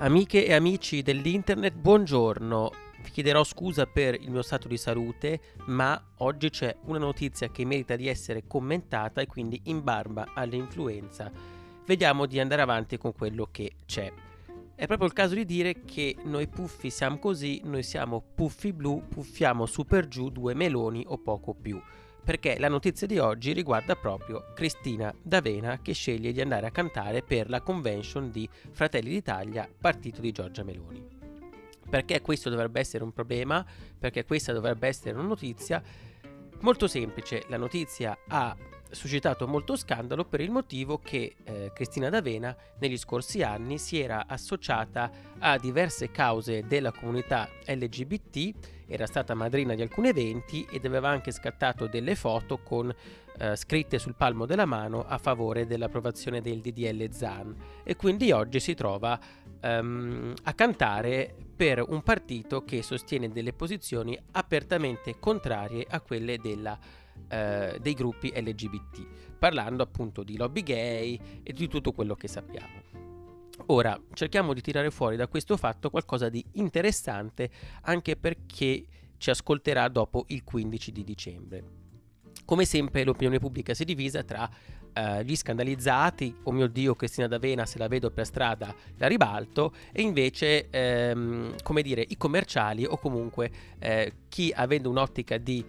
Amiche e amici dell'internet, buongiorno. Vi chiederò scusa per il mio stato di salute, ma oggi c'è una notizia che merita di essere commentata e quindi in barba all'influenza vediamo di andare avanti con quello che c'è. È proprio il caso di dire che noi puffi siamo così, noi siamo puffi blu, puffiamo su per giù 2 meloni o poco più. Perché la notizia di oggi riguarda proprio Cristina D'Avena che sceglie di andare a cantare per la convention di Fratelli d'Italia, partito di Giorgia Meloni. Perché questo dovrebbe essere un problema? Perché questa dovrebbe essere una notizia? Molto semplice, la notizia ha suscitato molto scandalo per il motivo che Cristina D'Avena negli scorsi anni si era associata a diverse cause della comunità LGBT, era stata madrina di alcuni eventi ed aveva anche scattato delle foto con scritte sul palmo della mano a favore dell'approvazione del DDL Zan, e quindi oggi si trova a cantare per un partito che sostiene delle posizioni apertamente contrarie a quelle dei gruppi LGBT, parlando appunto di lobby gay e di tutto quello che sappiamo. Ora cerchiamo di tirare fuori da questo fatto qualcosa di interessante, anche perché ci ascolterà dopo il 15 di dicembre. Come sempre l'opinione pubblica si è divisa tra gli scandalizzati, oh mio Dio, Cristina D'Avena, se la vedo per strada la ribalto, e invece come dire, i commerciali o comunque chi, avendo un'ottica di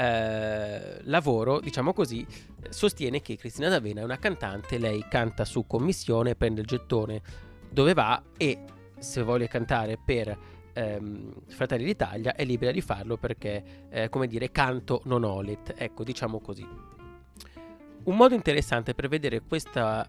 lavoro, diciamo così, sostiene che Cristina D'Avena è una cantante, lei canta su commissione, prende il gettone dove va e se vuole cantare per Fratelli d'Italia è libera di farlo perché come dire, canto non olet, ecco, diciamo così. Un modo interessante per vedere questo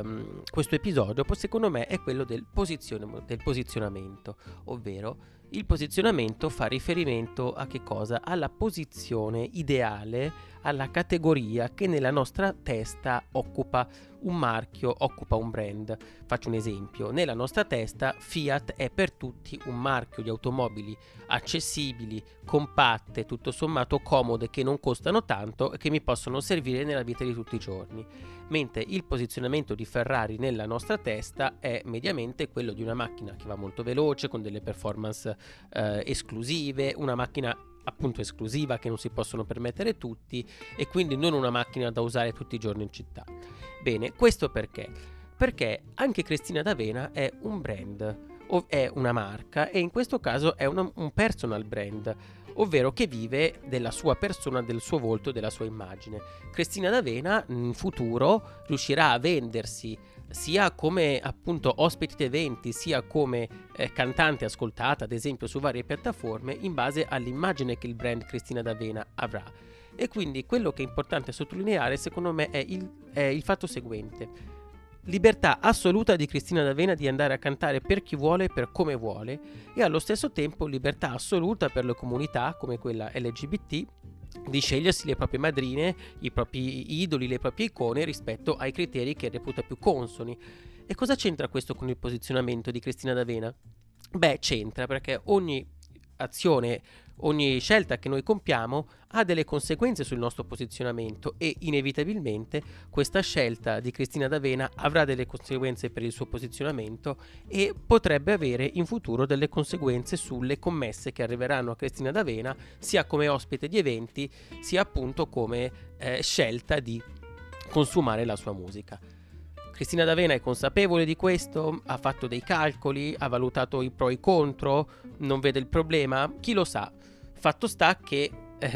episodio, secondo me, è quello del posizionamento, ovvero il posizionamento fa riferimento a che cosa? Alla posizione ideale, alla categoria che nella nostra testa occupa un marchio, occupa un brand. Faccio un esempio: nella nostra testa Fiat è per tutti un marchio di automobili accessibili, compatte, tutto sommato comode, che non costano tanto e che mi possono servire nella vita di tutti i giorni. Mentre il posizionamento di Ferrari nella nostra testa è mediamente quello di una macchina che va molto veloce, con delle performance esclusive, una macchina appunto esclusiva che non si possono permettere tutti e quindi non una macchina da usare tutti i giorni in città. Bene, questo perché? Perché anche Cristina D'Avena è un brand, o è una marca, e in questo caso è un personal brand, ovvero che vive della sua persona, del suo volto, della sua immagine. Cristina D'Avena in futuro riuscirà a vendersi sia come appunto ospite di eventi, sia come cantante ascoltata ad esempio su varie piattaforme in base all'immagine che il brand Cristina D'Avena avrà. E quindi quello che è importante sottolineare secondo me è il fatto seguente: libertà assoluta di Cristina D'Avena di andare a cantare per chi vuole e per come vuole, e allo stesso tempo libertà assoluta per le comunità come quella LGBT di scegliersi le proprie madrine, i propri idoli, le proprie icone rispetto ai criteri che reputa più consoni. E cosa c'entra questo con il posizionamento di Cristina D'Avena? Beh, c'entra perché ogni azione, ogni scelta che noi compiamo ha delle conseguenze sul nostro posizionamento e inevitabilmente questa scelta di Cristina D'Avena avrà delle conseguenze per il suo posizionamento e potrebbe avere in futuro delle conseguenze sulle commesse che arriveranno a Cristina D'Avena sia come ospite di eventi sia appunto come scelta di consumare la sua musica. Cristina D'Avena è consapevole di questo? Ha fatto dei calcoli? Ha valutato i pro e i contro? Non vede il problema? Chi lo sa? Fatto sta che,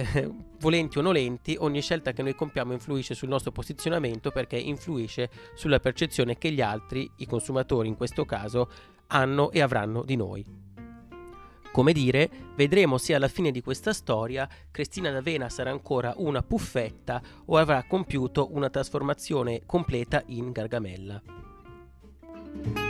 volenti o nolenti, ogni scelta che noi compiamo influisce sul nostro posizionamento perché influisce sulla percezione che gli altri, i consumatori in questo caso, hanno e avranno di noi. Come dire, vedremo se alla fine di questa storia Cristina D'Avena sarà ancora una puffetta o avrà compiuto una trasformazione completa in Gargamella.